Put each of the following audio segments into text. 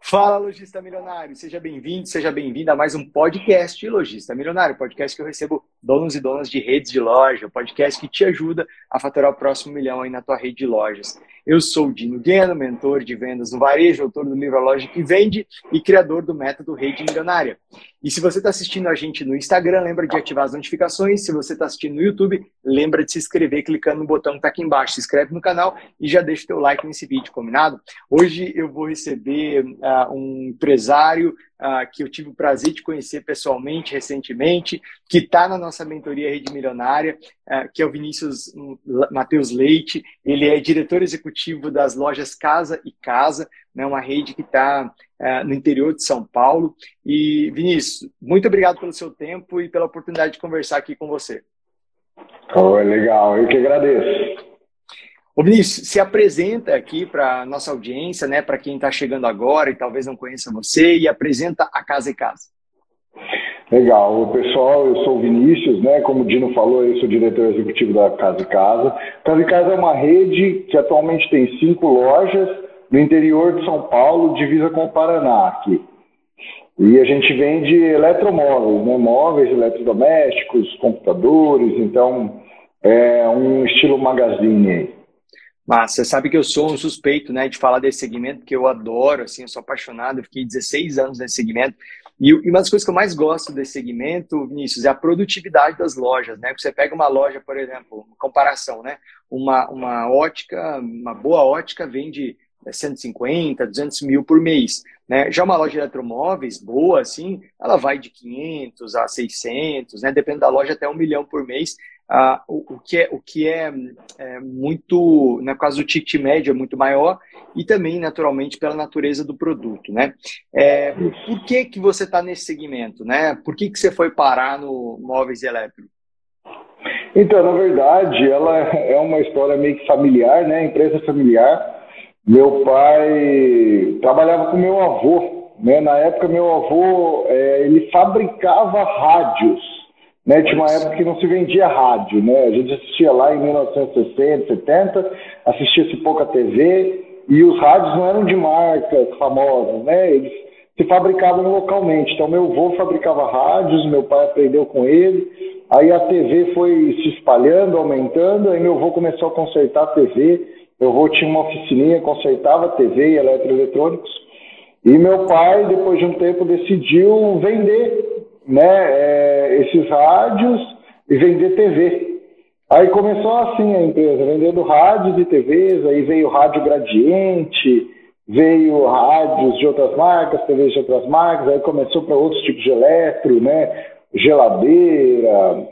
Fala, lojista milionário! Seja bem-vindo, seja bem-vinda a mais um podcast Lojista Milionário, podcast que eu recebo donos e donas de redes de loja, podcast que te ajuda a faturar o próximo milhão aí na tua rede de lojas. Eu sou o Dino Gueno, mentor de vendas no varejo, autor do livro A Loja que Vende e criador do método Rede Milionária. E se você está assistindo a gente no Instagram, lembra de ativar as notificações. Se você está assistindo no YouTube, lembra de se inscrever clicando no botão que está aqui embaixo. Se inscreve no canal e já deixa o teu like nesse vídeo, combinado? Hoje eu vou receber um empresário que eu tive o prazer de conhecer pessoalmente, recentemente, que está na nossa mentoria Rede Milionária, que é o Vinícius Matheus Leite. Ele é diretor executivo das lojas Casa e Casa, né, uma rede que está no interior de São Paulo. E, Vinícius, muito obrigado pelo seu tempo e pela oportunidade de conversar aqui com você. Oh, legal, eu que agradeço. Ô Vinícius, se apresenta aqui para a nossa audiência, né, para quem está chegando agora e talvez não conheça você, e apresenta a Casa e Casa. Legal, pessoal, eu sou o Vinícius, né? Como o Dino falou, eu sou diretor executivo da Casa e Casa. Casa e Casa é uma rede que atualmente tem 5 lojas no interior de São Paulo, divisa com o Paraná aqui. E a gente vende eletromóveis, né? Móveis, eletrodomésticos, computadores, então é um estilo magazine aí. Mas você sabe que eu sou um suspeito, né, de falar desse segmento, que eu adoro, assim, eu sou apaixonado, eu fiquei 16 anos nesse segmento. E uma das coisas que eu mais gosto desse segmento, Vinícius, é a produtividade das lojas, né? Você pega uma loja, por exemplo, comparação, né? Uma ótica, uma boa ótica vende 150, 200 mil por mês, né? Já uma loja de eletromóveis boa, assim, ela vai de 500 a 600, né? Depende da loja, até 1 milhão por mês. O que é muito, né, por causa do ticket médio é muito maior e também, naturalmente, pela natureza do produto, né? Por que você está nesse segmento, né? Por que você foi parar no móveis e elétricos? Então, na verdade, ela é uma história meio que familiar, né? Empresa familiar. Meu pai trabalhava com meu avô, né? Na época, meu avô ele fabricava rádios. Né, tinha uma época que não se vendia rádio, né? A gente assistia lá em 1960, 70, assistia-se pouca TV e os rádios não eram de marcas famosas, né? Eles se fabricavam localmente. Então, meu avô fabricava rádios, meu pai aprendeu com ele, aí a TV foi se espalhando, aumentando, aí meu avô começou a consertar a TV, meu avô tinha uma oficininha, consertava TV e eletroeletrônicos, e meu pai, depois de um tempo, decidiu vender, né, esses rádios e vender TV. Aí começou assim a empresa, vendendo rádios e TVs, aí veio rádio Gradiente, veio rádios de outras marcas, TVs de outras marcas, aí começou para outros tipos de eletro, né, geladeira,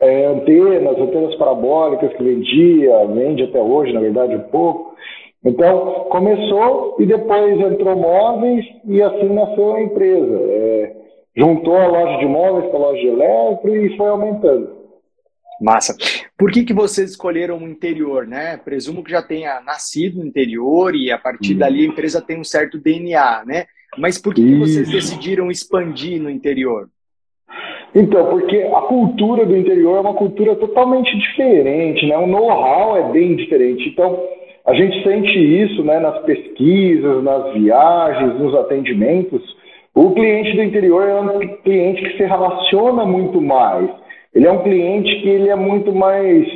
antenas parabólicas que vende até hoje, na verdade, um pouco. Então, começou e depois entrou móveis e assim nasceu a empresa. Juntou a loja de móveis com a loja de eletro e foi aumentando. Massa. Por que vocês escolheram o interior, né? Presumo que já tenha nascido no interior e a partir dali a empresa tem um certo DNA, né? Mas por que vocês decidiram expandir no interior? Então, porque a cultura do interior é uma cultura totalmente diferente, né? O know-how é bem diferente. Então, a gente sente isso, né, nas pesquisas, nas viagens, nos atendimentos. O cliente do interior é um cliente que se relaciona muito mais. Ele é um cliente que ele é muito mais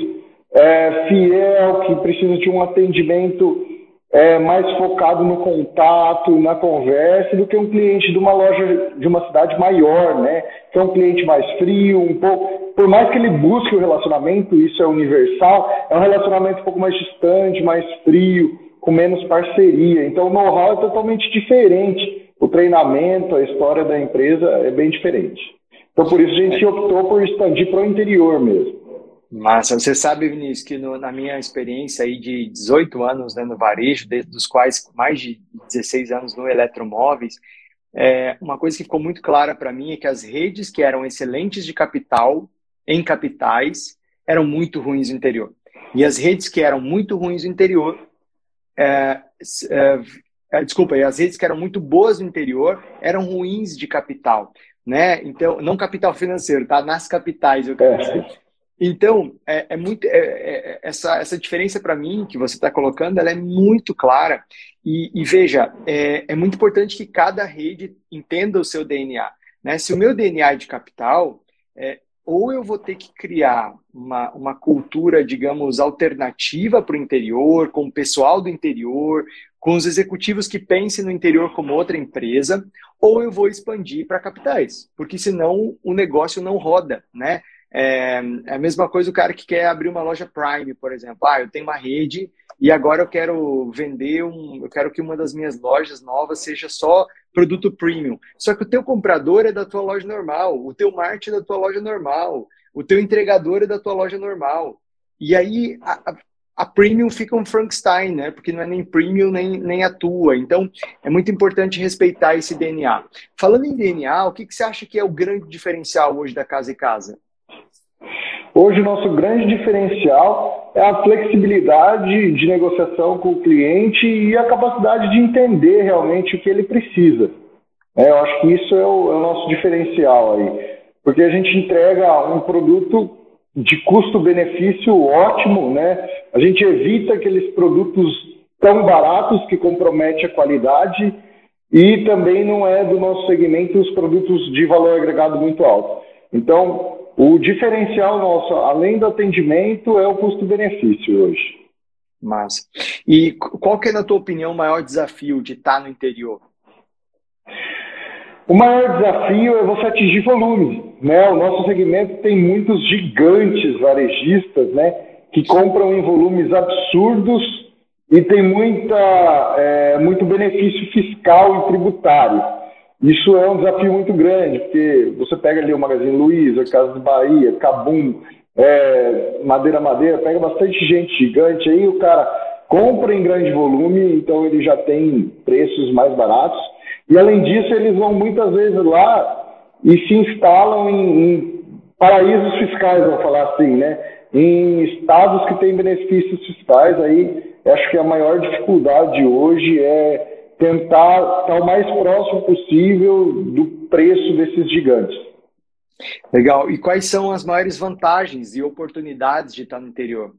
fiel, que precisa de um atendimento mais focado no contato, na conversa, do que um cliente de uma loja de uma cidade maior, né? Que é um cliente mais frio, um pouco. Por mais que ele busque o relacionamento, isso é universal, é um relacionamento um pouco mais distante, mais frio, com menos parceria. Então o know-how é totalmente diferente. O treinamento, a história da empresa é bem diferente. Então, por isso, a gente optou por expandir para o interior mesmo. Massa. Você sabe, Vinícius, que na minha experiência aí de 18 anos, né, no varejo, dos quais mais de 16 anos no eletromóveis, uma coisa que ficou muito clara para mim é que as redes que eram excelentes de capital, em capitais, eram muito ruins no interior. E as redes que eram muito ruins no interior... e as redes que eram muito boas no interior eram ruins de capital, né? Então, não capital financeiro, tá? Nas capitais, eu quero dizer. Então, essa diferença para mim que você está colocando, ela é muito clara. E veja, é muito importante que cada rede entenda o seu DNA, né? Se o meu DNA é de capital, ou eu vou ter que criar uma cultura, digamos, alternativa para o interior, com o pessoal do interior, com os executivos que pensem no interior como outra empresa, ou eu vou expandir para capitais, porque senão o negócio não roda, né? É a mesma coisa o cara que quer abrir uma loja Prime, por exemplo. Ah, eu tenho uma rede e agora eu quero vender eu quero que uma das minhas lojas novas seja só produto premium. Só que o teu comprador é da tua loja normal, o teu marketing é da tua loja normal, o teu entregador é da tua loja normal. E aí a premium fica um Frankenstein, né? Porque não é nem premium nem a tua. Então é muito importante respeitar esse DNA. Falando em DNA, o que você acha que é o grande diferencial hoje da Casa e Casa? Hoje, o nosso grande diferencial é a flexibilidade de negociação com o cliente e a capacidade de entender realmente o que ele precisa. Eu acho que isso é o nosso diferencial aí, porque a gente entrega um produto de custo-benefício ótimo, né? A gente evita aqueles produtos tão baratos que comprometem a qualidade e também não é do nosso segmento os produtos de valor agregado muito alto. Então, o diferencial nosso, além do atendimento, é o custo-benefício hoje. Massa. E qual que é, na tua opinião, o maior desafio de estar no interior? O maior desafio é você atingir volume, né? O nosso segmento tem muitos gigantes varejistas, né, que compram em volumes absurdos e tem muito benefício fiscal e tributário. Isso é um desafio muito grande, porque você pega ali o Magazine Luiza, Casa de Bahia, Kabum, Madeira, pega bastante gente gigante aí, o cara compra em grande volume, então ele já tem preços mais baratos. E além disso, eles vão muitas vezes lá e se instalam em paraísos fiscais, vamos falar assim, né? Em estados que têm benefícios fiscais. Aí acho que a maior dificuldade hoje é tentar estar o mais próximo possível do preço desses gigantes. Legal. E quais são as maiores vantagens e oportunidades de estar no interior?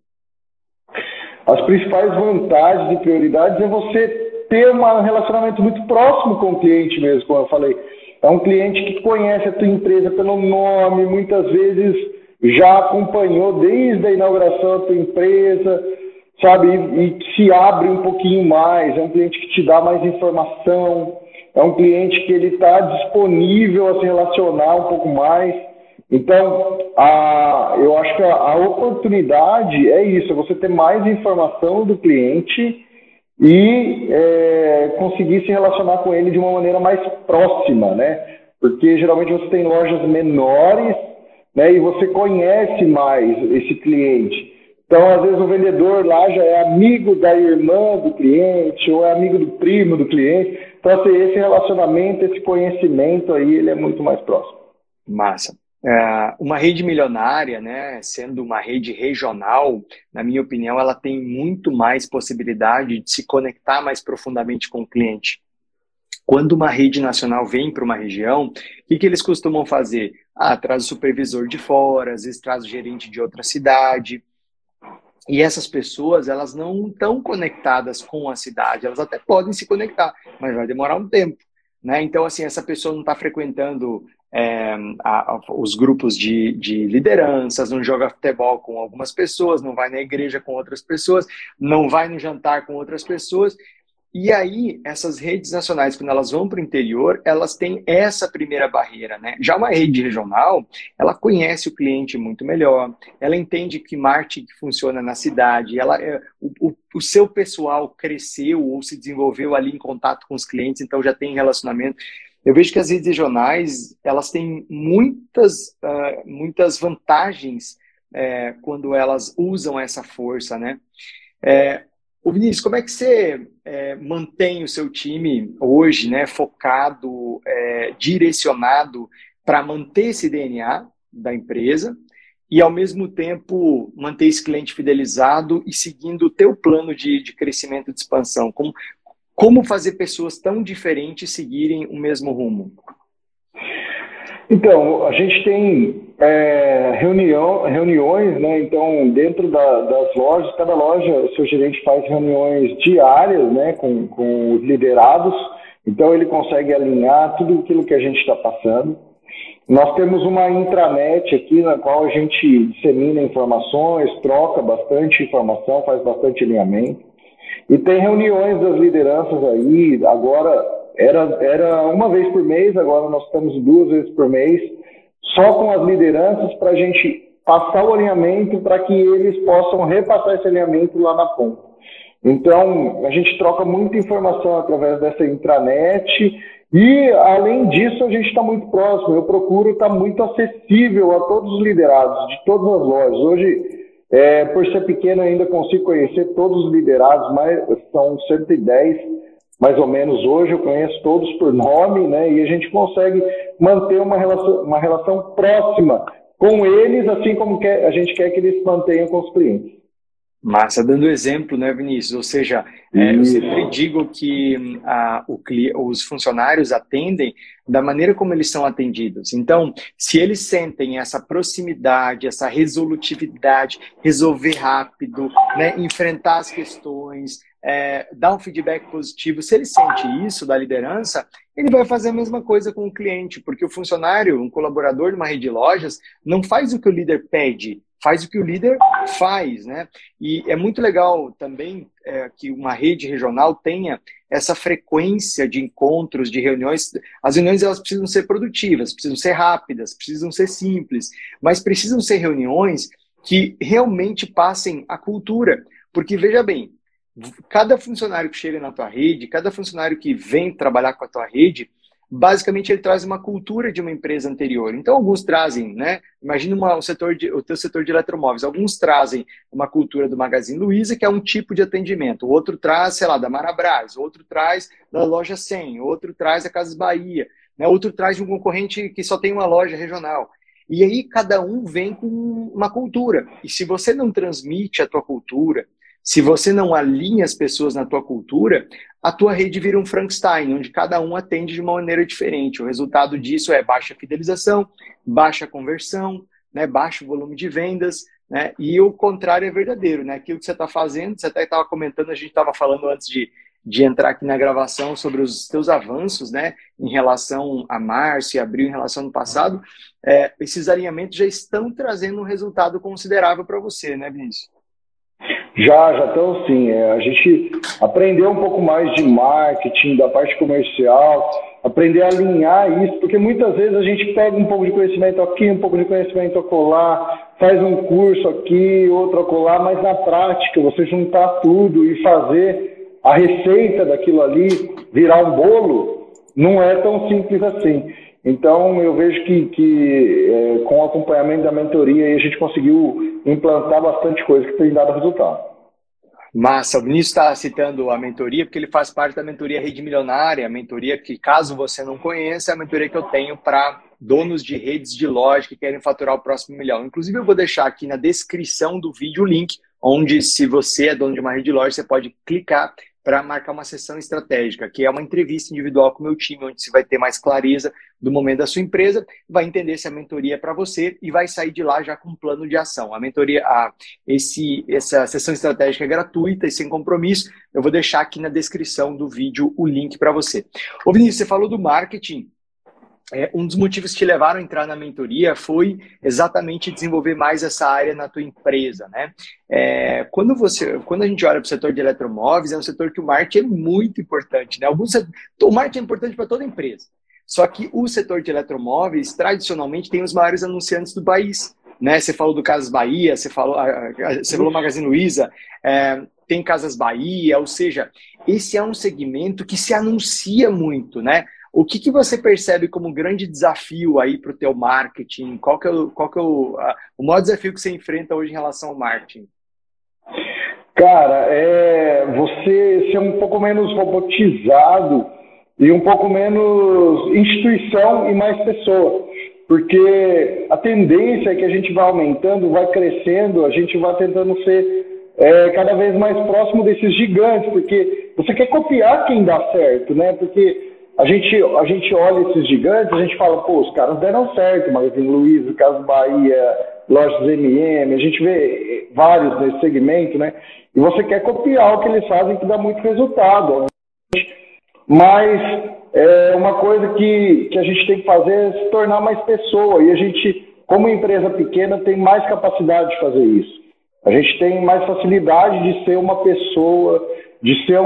As principais vantagens e prioridades é você ter um relacionamento muito próximo com o cliente mesmo, como eu falei. É um cliente que conhece a tua empresa pelo nome, muitas vezes já acompanhou desde a inauguração da tua empresa, sabe? E se abre um pouquinho mais. É um cliente que te dá mais informação. É um cliente que ele está disponível a se relacionar um pouco mais. Então, eu acho que a oportunidade é isso, é você ter mais informação do cliente e conseguir se relacionar com ele de uma maneira mais próxima, né? Porque geralmente você tem lojas menores, né, e você conhece mais esse cliente. Então, às vezes o vendedor lá já é amigo da irmã do cliente ou é amigo do primo do cliente. Então, assim, esse relacionamento, esse conhecimento aí, ele é muito mais próximo. Massa. Uma rede milionária, né, sendo uma rede regional, na minha opinião, ela tem muito mais possibilidade de se conectar mais profundamente com o cliente. Quando uma rede nacional vem para uma região, o que eles costumam fazer? Traz o supervisor de fora, às vezes traz o gerente de outra cidade. E essas pessoas, elas não estão conectadas com a cidade, elas até podem se conectar, mas vai demorar um tempo, né? Então, assim, essa pessoa não está frequentando os grupos de lideranças, não joga futebol com algumas pessoas, não vai na igreja com outras pessoas, não vai no jantar com outras pessoas. E aí, essas redes nacionais, quando elas vão para o interior, elas têm essa primeira barreira, né? Já uma rede regional, ela conhece o cliente muito melhor, ela entende que marketing funciona na cidade, o seu pessoal cresceu ou se desenvolveu ali em contato com os clientes, então já tem relacionamento. Eu vejo que as redes regionais, elas têm muitas vantagens quando elas usam essa força, né? Ô Vinícius, como é que você mantém o seu time hoje, né, focado, direcionado para manter esse DNA da empresa e, ao mesmo tempo, manter esse cliente fidelizado e seguindo o teu plano de crescimento e de expansão? Como fazer pessoas tão diferentes seguirem o mesmo rumo? Então, a gente tem reuniões, né? Então, dentro das lojas, cada loja, o seu gerente faz reuniões diárias, né? Com os liderados. Então, ele consegue alinhar tudo aquilo que a gente está passando. Nós temos uma intranet aqui, na qual a gente dissemina informações, troca bastante informação, faz bastante alinhamento. E tem reuniões das lideranças aí, agora era uma vez por mês, agora nós estamos 2 vezes por mês, só com as lideranças para a gente passar o alinhamento para que eles possam repassar esse alinhamento lá na ponta. Então, a gente troca muita informação através dessa intranet e, além disso, a gente está muito próximo. Eu procuro estar muito acessível a todos os liderados de todas as lojas. Hoje, por ser pequeno, eu ainda consigo conhecer todos os liderados, mas são 110 mais ou menos hoje, eu conheço todos por nome, né? E a gente consegue manter uma relação próxima com eles, assim como a gente quer que eles mantenham com os clientes. Massa, dando exemplo, né, Vinícius? Ou seja, eu sempre digo que os funcionários atendem da maneira como eles são atendidos. Então, se eles sentem essa proximidade, essa resolutividade, resolver rápido, né, enfrentar as questões, dar um feedback positivo, se ele sente isso da liderança, ele vai fazer a mesma coisa com o cliente, porque o funcionário, um colaborador de uma rede de lojas, não faz o que o líder pede, faz o que o líder faz, né? E é muito legal também que uma rede regional tenha essa frequência de encontros, de reuniões. As reuniões elas precisam ser produtivas, precisam ser rápidas, precisam ser simples, mas precisam ser reuniões que realmente passem a cultura. Porque, veja bem, cada funcionário que chega na tua rede, cada funcionário que vem trabalhar com a tua rede, basicamente ele traz uma cultura de uma empresa anterior. Então, alguns trazem, né? Imagina o teu setor de eletromóveis. Alguns trazem uma cultura do Magazine Luiza, que é um tipo de atendimento. O outro traz, sei lá, da Marabras. O outro traz da Loja 100. O outro traz da Casas Bahia. Né? O outro traz de um concorrente que só tem uma loja regional. E aí, cada um vem com uma cultura. E se você não transmite a tua cultura, se você não alinha as pessoas na tua cultura, a tua rede vira um Frankenstein, onde cada um atende de uma maneira diferente. O resultado disso é baixa fidelização, baixa conversão, né, baixo volume de vendas, né, e o contrário é verdadeiro. Né? Aquilo que você está fazendo, você até estava comentando, a gente estava falando antes de entrar aqui na gravação sobre os teus avanços, né, em relação a março e abril, em relação ao ano passado, esses alinhamentos já estão trazendo um resultado considerável para você, né, Vinícius? Já estão sim. A gente aprendeu um pouco mais de marketing, da parte comercial, aprender a alinhar isso, porque muitas vezes a gente pega um pouco de conhecimento aqui, um pouco de conhecimento acolá, faz um curso aqui, outro acolá, mas na prática, você juntar tudo e fazer a receita daquilo ali virar um bolo, não é tão simples assim. Então, eu vejo que com o acompanhamento da mentoria, a gente conseguiu implantar bastante coisa que tem dado resultado. Massa, o Vinícius está citando a mentoria porque ele faz parte da mentoria Rede Milionária, a mentoria que, caso você não conheça, é a mentoria que eu tenho para donos de redes de loja que querem faturar o próximo milhão. Inclusive, eu vou deixar aqui na descrição do vídeo o link, onde, se você é dono de uma rede de loja, você pode clicar para marcar uma sessão estratégica, que é uma entrevista individual com o meu time, onde você vai ter mais clareza do momento da sua empresa, vai entender se a mentoria é para você e vai sair de lá já com um plano de ação. A mentoria, essa sessão estratégica é gratuita e sem compromisso. Eu vou deixar aqui na descrição do vídeo o link para você. Ô Vinícius, você falou do marketing. Um dos motivos que te levaram a entrar na mentoria foi exatamente desenvolver mais essa área na tua empresa, né? Quando a gente olha para o setor de eletromóveis, é um setor que o marketing é muito importante, né? O marketing é importante para toda empresa. Só que o setor de eletromóveis, tradicionalmente, tem os maiores anunciantes do país, né? Você falou do Casas Bahia, você falou Magazine Luiza, tem Casas Bahia, ou seja, esse é um segmento que se anuncia muito, né? O que você percebe como grande desafio aí para o teu marketing? Qual que é o maior desafio que você enfrenta hoje em relação ao marketing? Cara, você ser um pouco menos robotizado e um pouco menos instituição e mais pessoa. Porque a tendência é que a gente vai aumentando, vai crescendo, a gente vai tentando ser cada vez mais próximo desses gigantes, porque você quer copiar quem dá certo, né? Porque a gente olha esses gigantes, a gente fala, pô, os caras deram certo, Magazine Luiza, Casas Bahia, Lojas MM, a gente vê vários nesse segmento, né? E você quer copiar o que eles fazem, que dá muito resultado. Mas uma coisa que a gente tem que fazer é se tornar mais pessoa. E a gente, como empresa pequena, tem mais capacidade de fazer isso. A gente tem mais facilidade de ser uma pessoa, de ser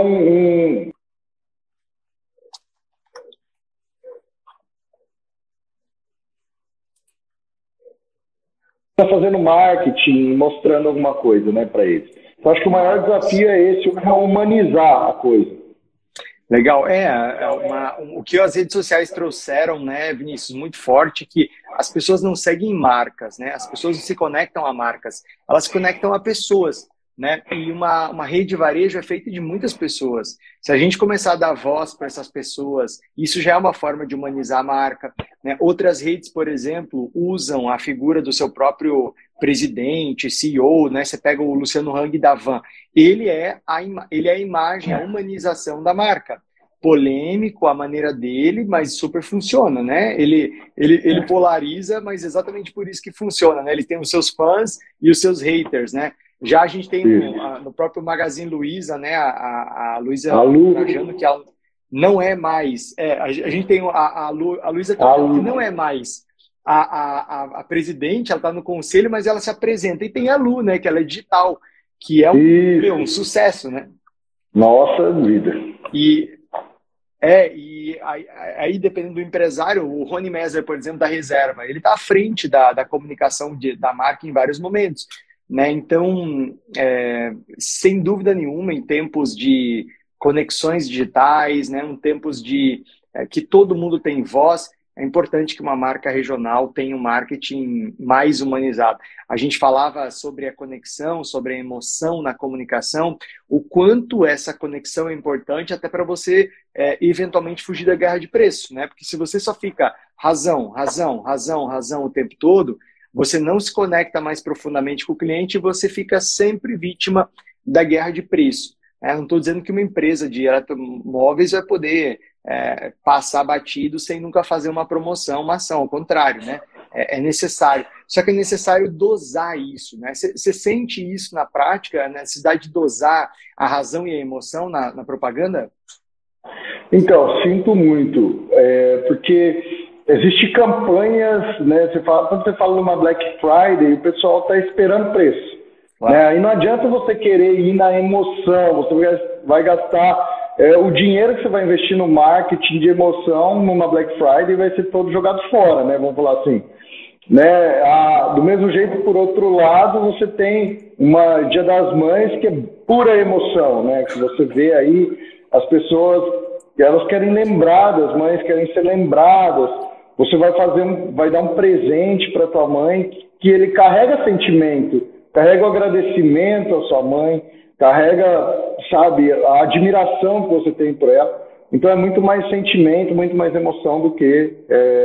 tá fazendo marketing, mostrando alguma coisa, né, para eles. Então, acho que o maior desafio é esse, é humanizar a coisa. Legal. O que as redes sociais trouxeram, né, Vinícius, muito forte, que as pessoas não seguem marcas, né? As pessoas não se conectam a marcas, elas se conectam a pessoas, né? E uma rede de varejo é feita de muitas pessoas. Se a gente começar a dar voz para essas pessoas, isso já é uma forma de humanizar a marca, né? Outras redes, por exemplo, usam a figura do seu próprio presidente, CEO, né? Você pega o Luciano Hang da Van, ele é a imagem, a humanização da marca. Polêmico a maneira dele, mas super funciona, né? Ele polariza, mas exatamente por isso que funciona, né? Ele tem os seus fãs e os seus haters, né? Já a gente tem no próprio Magazine Luiza, né? A Luiza Trajano, que ela não é mais. A gente tem a Luiza Trajano, que não é mais a presidente, ela está no conselho, mas ela se apresenta. E tem a Lu, né? Que ela é digital, que é um sucesso, né? Nossa vida. E aí, dependendo do empresário, o Rony Mesler, por exemplo, da Reserva, ele está à frente da comunicação da marca em vários momentos, né? Então, sem dúvida nenhuma, em tempos de conexões digitais, né? Em tempos que todo mundo tem voz, é importante que uma marca regional tenha um marketing mais humanizado. A gente falava sobre a conexão, sobre a emoção na comunicação, o quanto essa conexão é importante até para você eventualmente fugir da guerra de preço, né? Porque se você só fica razão o tempo todo, você não se conecta mais profundamente com o cliente e você fica sempre vítima da guerra de preço. Não estou dizendo que uma empresa de eletromóveis vai poder passar batido sem nunca fazer uma promoção, uma ação, ao contrário, né? É necessário. Só que é necessário dosar isso, né? Você sente isso na prática, a necessidade de dosar a razão e a emoção na propaganda? Então, sinto muito, porque existem campanhas, né? Quando você fala numa Black Friday, o pessoal está esperando preço. Claro. Né? Aí não adianta você querer ir na emoção, você vai gastar o dinheiro que você vai investir no marketing de emoção numa Black Friday vai ser todo jogado fora, né? Vamos falar assim. Né? Do mesmo jeito, por outro lado, você tem uma Dia das Mães que é pura emoção, né? Que você vê aí as pessoas, elas querem lembrar das mães, querem ser lembradas. Você vai dar um presente para tua mãe que ele carrega sentimento, carrega o agradecimento à sua mãe, carrega, sabe, a admiração que você tem por ela. Então é muito mais sentimento, muito mais emoção do que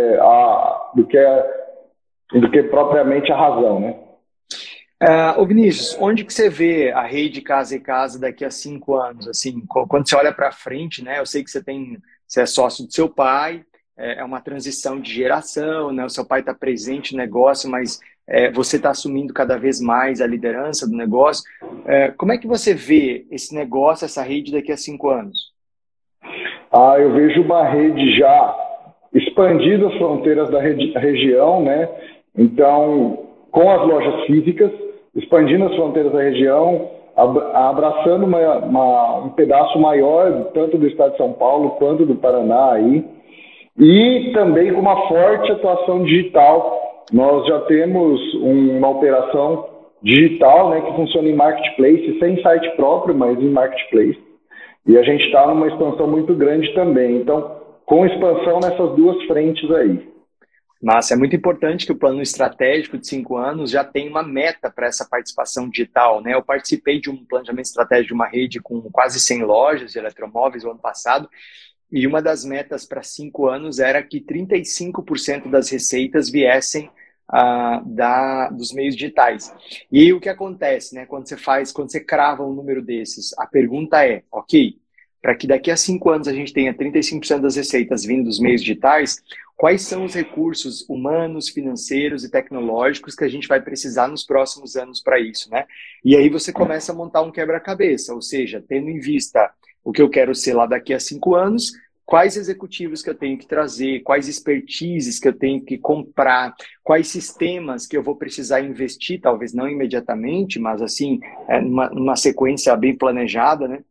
propriamente a razão, né? Ô Vinícius, onde que você vê a rede Casa e Casa daqui a 5 anos? Assim, quando você olha para frente, né? Eu sei que você é sócio do seu pai, é uma transição de geração, né? O seu pai está presente no negócio, mas você está assumindo cada vez mais a liderança do negócio. Como é que você vê esse negócio, essa rede daqui a 5 anos? Eu vejo uma rede já expandindo as fronteiras da região, né? Então, com as lojas físicas, expandindo as fronteiras da região, abraçando um pedaço maior, tanto do estado de São Paulo quanto do Paraná aí, e também com uma forte atuação digital. Nós já temos uma operação digital, né, que funciona em marketplace, sem site próprio, mas em marketplace. E a gente está numa expansão muito grande também. Então, com expansão nessas duas frentes aí. Mas é muito importante que o plano estratégico de 5 anos já tenha uma meta para essa participação digital, né? Eu participei de um planejamento estratégico de uma rede com quase 100 lojas de eletromóveis no ano passado, e uma das metas para 5 anos era que 35% das receitas viessem dos meios digitais. E aí o que acontece, né? Quando você crava um número desses, a pergunta é, ok, para que daqui a 5 anos a gente tenha 35% das receitas vindo dos meios digitais, quais são os recursos humanos, financeiros e tecnológicos que a gente vai precisar nos próximos anos para isso, né? E aí você começa a montar um quebra-cabeça, ou seja, tendo em vista o que eu quero ser lá daqui a 5 anos, quais executivos que eu tenho que trazer, quais expertises que eu tenho que comprar, quais sistemas que eu vou precisar investir, talvez não imediatamente, mas assim, numa sequência bem planejada, né?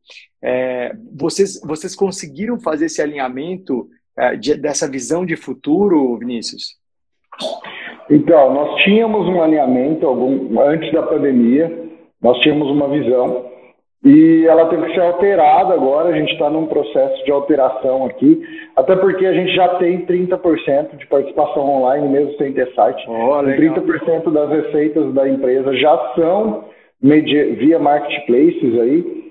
Vocês conseguiram fazer esse alinhamento dessa visão de futuro, Vinícius? Então, nós tínhamos um alinhamento antes da pandemia, nós tínhamos uma visão, e ela teve que ser alterada agora, a gente está num processo de alteração aqui, até porque a gente já tem 30% de participação online, mesmo sem ter site. 30% das receitas da empresa já são via marketplaces aí,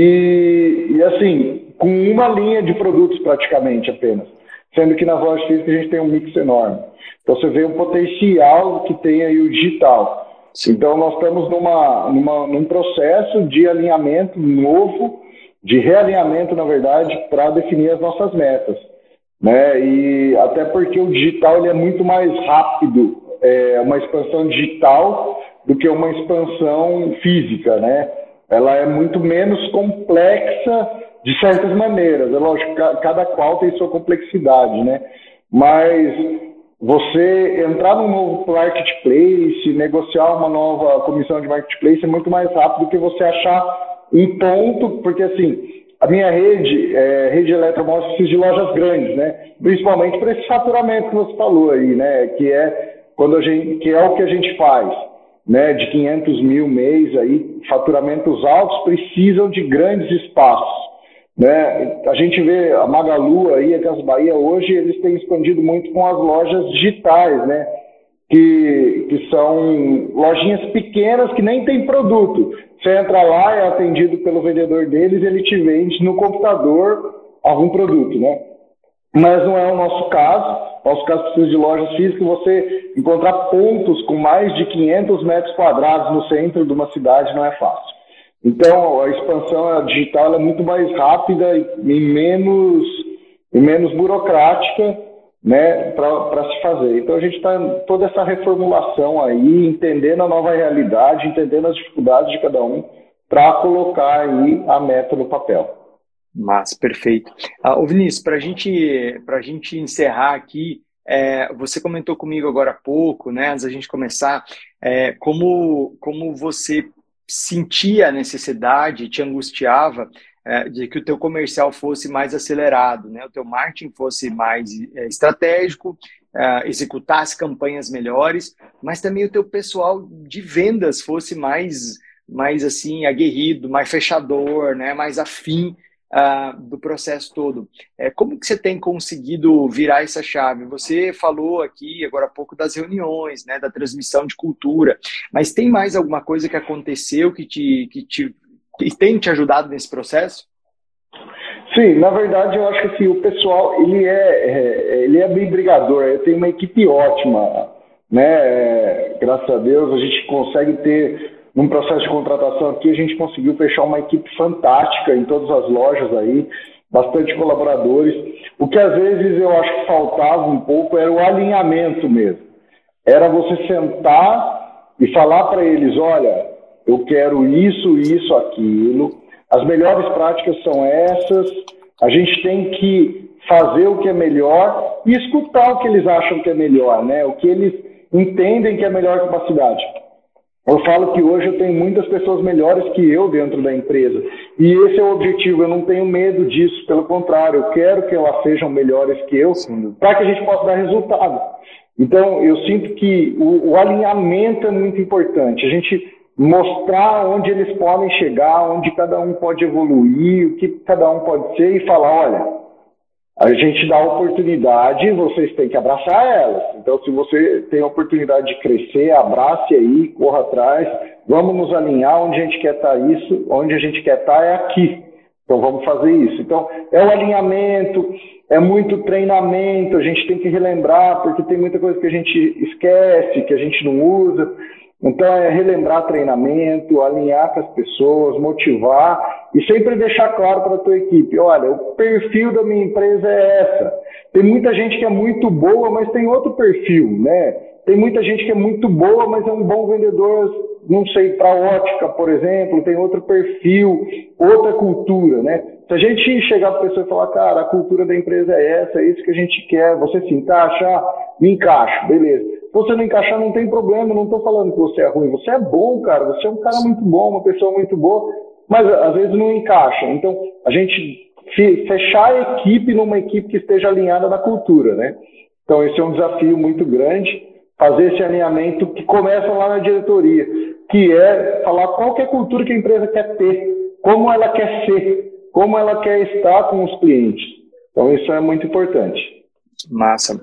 e assim, com uma linha de produtos praticamente apenas, sendo que nas lojas físicas a gente tem um mix enorme. Então você vê o potencial que tem aí o digital. Sim. Então nós estamos num processo de alinhamento novo, de realinhamento, na verdade, para definir as nossas metas, né? E até porque o digital ele é muito mais rápido, uma expansão digital do que uma expansão física, né? Ela é muito menos complexa de certas maneiras. É lógico, cada qual tem sua complexidade, né? Mas você entrar num novo marketplace, negociar uma nova comissão de marketplace é muito mais rápido do que você achar um ponto, porque assim, a minha rede eletromóvel precisa de lojas grandes, né? Principalmente para esse faturamento que você falou aí, né? Que é o que a gente faz, né? De 500 mil mês aí, faturamentos altos precisam de grandes espaços, né? A gente vê a Magalu aí, a Casas Bahia hoje, eles têm expandido muito com as lojas digitais, né? Que são lojinhas pequenas que nem tem produto. Você entra lá, é atendido pelo vendedor deles, ele te vende no computador algum produto, né? Mas não é o nosso caso. Nosso caso precisa de lojas físicas. Você encontrar pontos com mais de 500 metros quadrados no centro de uma cidade não é fácil. Então, a expansão digital é muito mais rápida e menos burocrática, né, para se fazer. Então, a gente está em toda essa reformulação aí, entendendo a nova realidade, entendendo as dificuldades de cada um, para colocar aí a meta no papel. Mas, perfeito. Vinícius, para a gente encerrar aqui, você comentou comigo agora há pouco, né, antes da gente começar, como você sentia a necessidade, te angustiava de que o teu comercial fosse mais acelerado, né? O teu marketing fosse mais estratégico, executasse campanhas melhores, mas também o teu pessoal de vendas fosse mais assim, aguerrido, mais fechador, né? Mais afim do processo todo. Como que você tem conseguido virar essa chave? Você falou aqui agora há pouco das reuniões, né, da transmissão de cultura, mas tem mais alguma coisa que aconteceu que tem te ajudado nesse processo? Sim, na verdade eu acho que assim, o pessoal ele é bem brigador. Eu tenho uma equipe ótima, né? Graças a Deus a gente consegue ter. Num processo de contratação aqui, a gente conseguiu fechar uma equipe fantástica em todas as lojas aí, bastante colaboradores. O que às vezes eu acho que faltava um pouco era o alinhamento mesmo. Era você sentar e falar para eles, olha, eu quero isso, aquilo, as melhores práticas são essas, a gente tem que fazer o que é melhor e escutar o que eles acham que é melhor, né? O que eles entendem que é a melhor capacidade. Eu falo que hoje eu tenho muitas pessoas melhores que eu dentro da empresa. E esse é o objetivo, eu não tenho medo disso. Pelo contrário, eu quero que elas sejam melhores que eu, para que a gente possa dar resultado. Então, eu sinto que o alinhamento é muito importante. A gente mostrar onde eles podem chegar, onde cada um pode evoluir, o que cada um pode ser e falar, olha, a gente dá a oportunidade, vocês têm que abraçar elas. Então, se você tem a oportunidade de crescer, abrace aí, corra atrás, vamos nos alinhar, onde a gente quer estar onde a gente quer estar é aqui. Então, vamos fazer isso. Então, é o alinhamento, é muito treinamento, a gente tem que relembrar, porque tem muita coisa que a gente esquece, que a gente não usa. Então é relembrar treinamento, alinhar com as pessoas, motivar e sempre deixar claro para a tua equipe, olha, o perfil da minha empresa é essa. Tem muita gente que é muito boa, mas tem outro perfil, né? Tem muita gente que é muito boa, mas é um bom vendedor, não sei, para ótica, por exemplo, tem outro perfil, outra cultura, né? Se a gente chegar para a pessoa e falar, cara, a cultura da empresa é essa, é isso que a gente quer, você se encaixa, me encaixo, beleza. Se você não encaixar, não tem problema, não estou falando que você é ruim, você é bom, cara, você é um cara muito bom, uma pessoa muito boa, mas às vezes não encaixa. Então, a gente fechar a equipe numa equipe que esteja alinhada na cultura, né? Então, esse é um desafio muito grande, fazer esse alinhamento que começa lá na diretoria, que é falar qual que é a cultura que a empresa quer ter, como ela quer ser, como ela quer estar com os clientes. Então, isso é muito importante. Massa.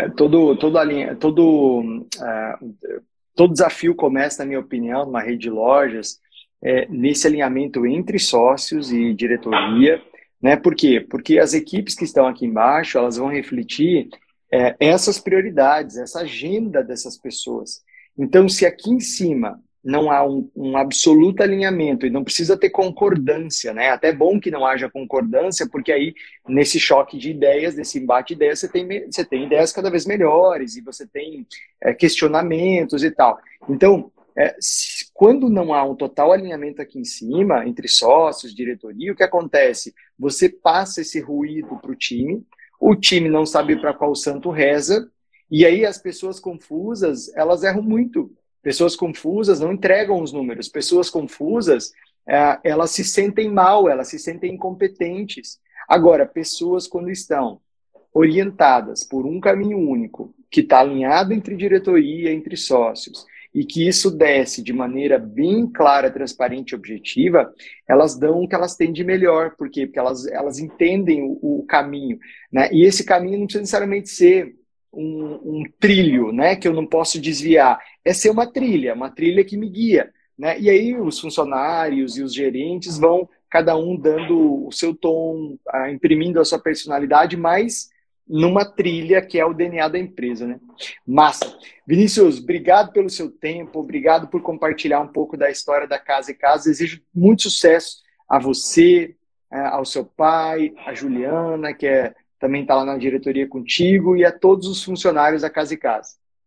Todo desafio começa, na minha opinião, numa rede de lojas, nesse alinhamento entre sócios e diretoria, né? Por quê? Porque as equipes que estão aqui embaixo, elas vão refletir essas prioridades, essa agenda dessas pessoas. Então, se aqui em cima não há um absoluto alinhamento e não precisa ter concordância, né? Até é bom que não haja concordância, porque aí, nesse choque de ideias, nesse embate de ideias, você tem ideias cada vez melhores e você tem questionamentos e tal. Então, quando não há um total alinhamento aqui em cima, entre sócios, diretoria, o que acontece? Você passa esse ruído para o time não sabe para qual santo reza, e aí as pessoas confusas, elas erram muito. Pessoas confusas não entregam os números. Pessoas confusas, elas se sentem mal, elas se sentem incompetentes. Agora, pessoas quando estão orientadas por um caminho único, que está alinhado entre diretoria, entre sócios, e que isso desce de maneira bem clara, transparente e objetiva, elas dão o que elas têm de melhor. Por quê? Porque elas entendem o caminho, né? E esse caminho não precisa necessariamente ser um trilho, né, que eu não posso desviar. É ser uma trilha que me guia, né? E aí os funcionários e os gerentes vão, cada um dando o seu tom, imprimindo a sua personalidade, mas numa trilha que é o DNA da empresa, né? Massa. Vinícius, obrigado pelo seu tempo, obrigado por compartilhar um pouco da história da Casa e Casa. Desejo muito sucesso a você, ao seu pai, a Juliana, que também está lá na diretoria contigo, e a todos os funcionários da Casa e Casa.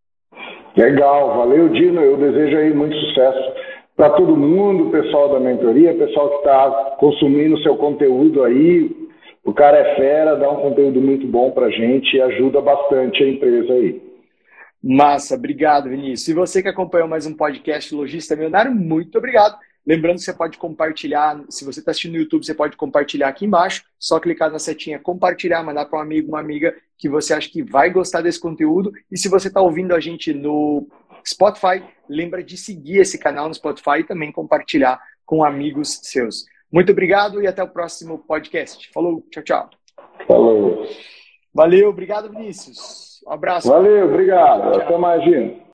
Legal, valeu, Dino. Eu desejo aí muito sucesso para todo mundo, pessoal da mentoria, pessoal que está consumindo o seu conteúdo aí. O cara é fera, dá um conteúdo muito bom para a gente e ajuda bastante a empresa aí. Massa, obrigado, Vinícius. E você que acompanhou mais um podcast Lojista Milionário, muito obrigado. Lembrando que você pode compartilhar, se você está assistindo no YouTube, você pode compartilhar aqui embaixo, só clicar na setinha compartilhar, mandar para um amigo, uma amiga que você acha que vai gostar desse conteúdo. E se você está ouvindo a gente no Spotify, lembra de seguir esse canal no Spotify e também compartilhar com amigos seus. Muito obrigado e até o próximo podcast. Falou, tchau, tchau. Falou. Valeu, obrigado, Vinícius. Um abraço. Valeu, obrigado. Tchau. Até mais, Gino.